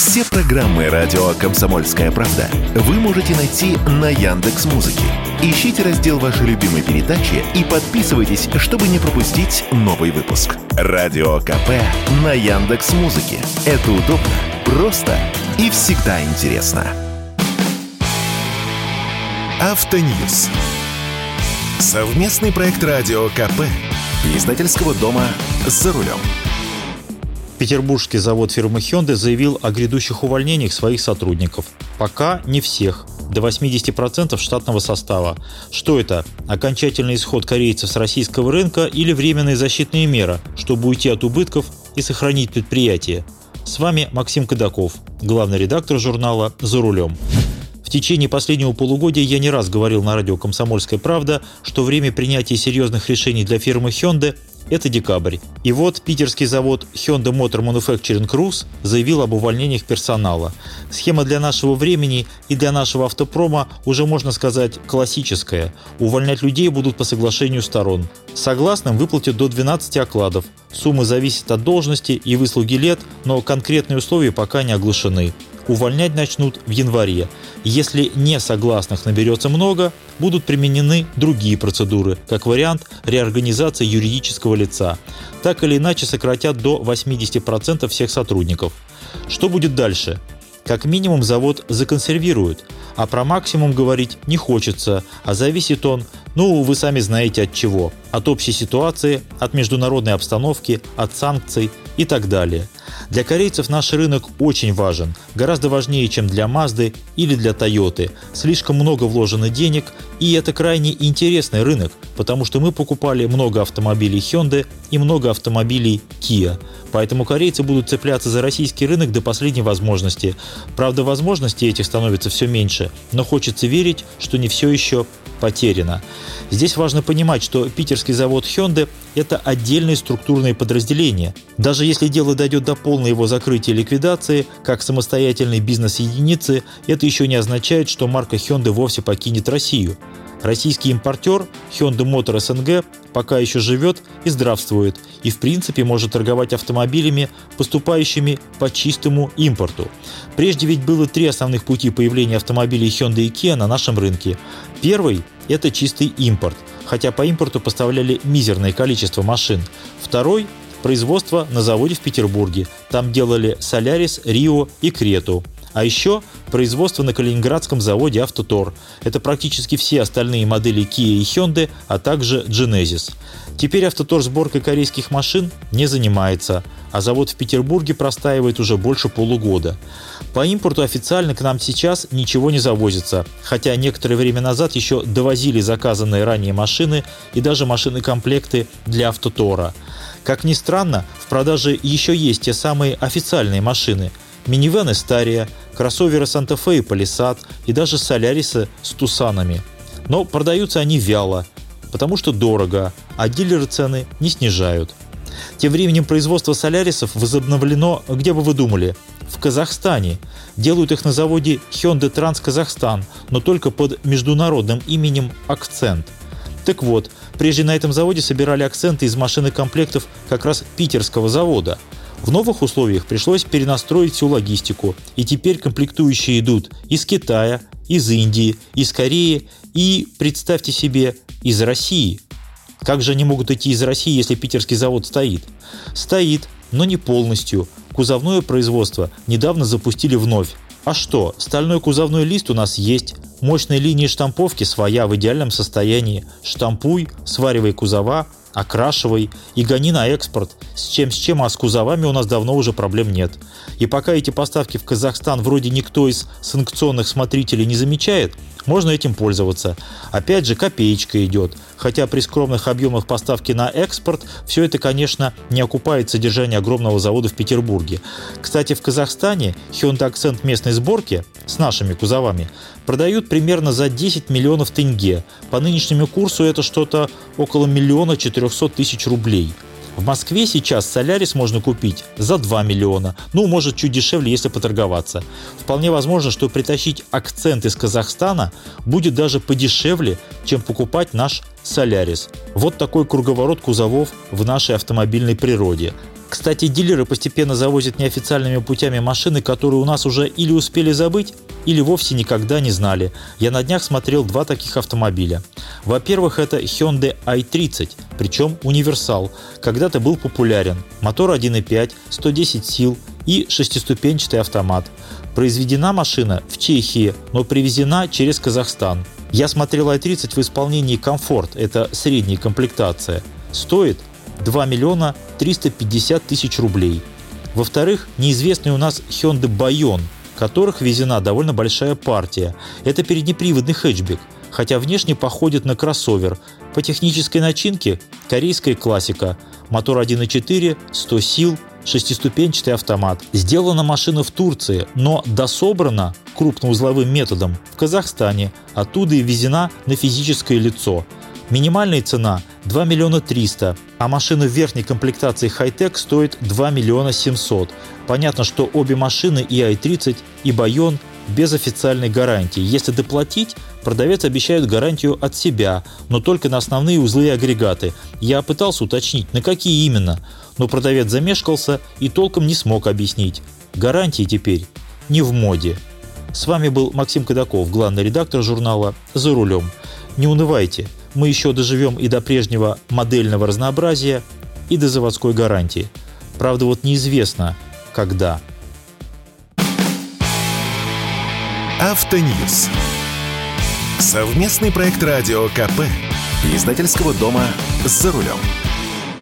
Все программы радио «Комсомольская правда» вы можете найти на Яндекс.Музыке. Ищите раздел вашей любимой передачи и подписывайтесь, чтобы не пропустить новый выпуск. Радио КП на Яндекс.Музыке. Это удобно, просто и всегда интересно. Автоньюз. Совместный проект радио КП и издательского дома «За рулем». Петербургский завод фирмы Hyundai заявил о грядущих увольнениях своих сотрудников. Пока не всех, до 80% штатного состава. Что это? Окончательный исход корейцев с российского рынка или временные защитные меры, чтобы уйти от убытков и сохранить предприятие? С вами Максим Кадаков, главный редактор журнала «За рулем». В течение последнего полугодия я не раз говорил на радио «Комсомольская правда», что время принятия серьезных решений для фирмы Hyundai – это декабрь. И вот питерский завод Hyundai Motor Manufacturing Rus заявил об увольнениях персонала. Схема для нашего времени и для нашего автопрома уже, можно сказать, классическая. Увольнять людей будут по соглашению сторон. Согласным выплатят до 12 окладов. Суммы зависят от должности и выслуги лет, но конкретные условия пока не оглашены. Увольнять начнут в январе. Если не согласных наберется много, будут применены другие процедуры, как вариант реорганизации юридического лица. Так или иначе сократят до 80% всех сотрудников. Что будет дальше? Как минимум завод законсервируют, а про максимум говорить не хочется, а зависит он, вы сами знаете от чего. От общей ситуации, от международной обстановки, от санкций и так далее. Для корейцев наш рынок очень важен, гораздо важнее, чем для Mazda или для Toyota. Слишком много вложено денег, и это крайне интересный рынок, потому что мы покупали много автомобилей Hyundai и много автомобилей Kia. Поэтому корейцы будут цепляться за российский рынок до последней возможности. Правда, возможностей этих становится все меньше, но хочется верить, что не все еще потеряно. Здесь важно понимать, что питерский завод Hyundai – это отдельные структурные подразделения. Даже если дело дойдет до полной его закрытия и ликвидации, как самостоятельной бизнес-единицы, это еще не означает, что марка Hyundai вовсе покинет Россию. Российский импортер Hyundai Motor СНГ пока еще живет и здравствует, и в принципе может торговать автомобилями, поступающими по чистому импорту. Прежде ведь было 3 основных пути появления автомобилей Hyundai и Kia на нашем рынке. Первый – это чистый импорт, хотя по импорту поставляли мизерное количество машин. Второй – производство на заводе в Петербурге. Там делали Solaris, Rio и Крету. А еще производство на калининградском заводе «Автотор». Это практически все остальные модели Kia и Hyundai, а также Genesis. Теперь «Автотор» сборкой корейских машин не занимается, а завод в Петербурге простаивает уже больше полугода. По импорту официально к нам сейчас ничего не завозится, хотя некоторое время назад еще довозили заказанные ранее машины и даже машины-комплекты для «Автотора». Как ни странно, в продаже еще есть те самые официальные машины – минивены «Стария», кроссоверы «Санта-Фе» и «Палисад» и даже «Солярисы» с «Тусанами». Но продаются они вяло, потому что дорого, а дилеры цены не снижают. Тем временем производство «Солярисов» возобновлено, где бы вы думали, в Казахстане. Делают их на заводе Hyundai Транс Казахстан, но только под международным именем «Акцент». Так вот, прежде на этом заводе собирали акценты из машинокомплектов как раз питерского завода. В новых условиях пришлось перенастроить всю логистику, и теперь комплектующие идут из Китая, из Индии, из Кореи и, представьте себе, из России. Как же они могут идти из России, если питерский завод стоит? Стоит, но не полностью. Кузовное производство недавно запустили вновь. А что, стальной кузовной лист у нас есть, мощная линия штамповки своя в идеальном состоянии. Штампуй, сваривай кузова, окрашивай и гони на экспорт. С чем, а с кузовами у нас давно уже проблем нет. И пока эти поставки в Казахстан вроде никто из санкционных смотрителей не замечает, можно этим пользоваться. Опять же, копеечка идет. Хотя при скромных объемах поставки на экспорт все это, конечно, не окупает содержание огромного завода в Петербурге. Кстати, в Казахстане Hyundai Accent местной сборки с нашими кузовами продают примерно за 10 миллионов тенге. По нынешнему курсу это что-то около 1 400 000 рублей. В Москве сейчас Солярис можно купить за 2 миллиона, может чуть дешевле, если поторговаться. Вполне возможно, что притащить акцент из Казахстана будет даже подешевле, чем покупать наш Солярис. Вот такой круговорот кузовов в нашей автомобильной природе. Кстати, дилеры постепенно завозят неофициальными путями машины, которые у нас уже или успели забыть, или вовсе никогда не знали. Я на днях смотрел 2 таких автомобиля. Во-первых, это Hyundai i30, причем универсал. Когда-то был популярен. Мотор 1.5, 110 сил и 6-ступенчатый автомат. Произведена машина в Чехии, но привезена через Казахстан. Я смотрел i30 в исполнении «Комфорт», это средняя комплектация. Стоит 2 миллиона 350 тысяч рублей. Во-вторых, неизвестный у нас Hyundai Bayon, которых везена довольно большая партия. Это переднеприводный хэтчбэк, хотя внешне походит на кроссовер. По технической начинке корейская классика. Мотор 1.4, 100 сил, 6-ступенчатый автомат. Сделана машина в Турции, но дособрана крупноузловым методом в Казахстане. Оттуда и везена на физическое лицо. Минимальная цена 2 миллиона 300, а машина в верхней комплектации хай-тек стоит 2 миллиона 700. Понятно, что обе машины, и i30, и Bayon, без официальной гарантии. Если доплатить, продавец обещает гарантию от себя, но только на основные узлы и агрегаты. Я пытался уточнить, на какие именно, но продавец замешкался и толком не смог объяснить. Гарантии теперь не в моде. С вами был Максим Кадаков, главный редактор журнала «За рулем». Не унывайте, мы еще доживем и до прежнего модельного разнообразия, и до заводской гарантии. Правда, вот неизвестно, когда. Автоньюз. Совместный проект радио КП. Издательского дома «За рулем».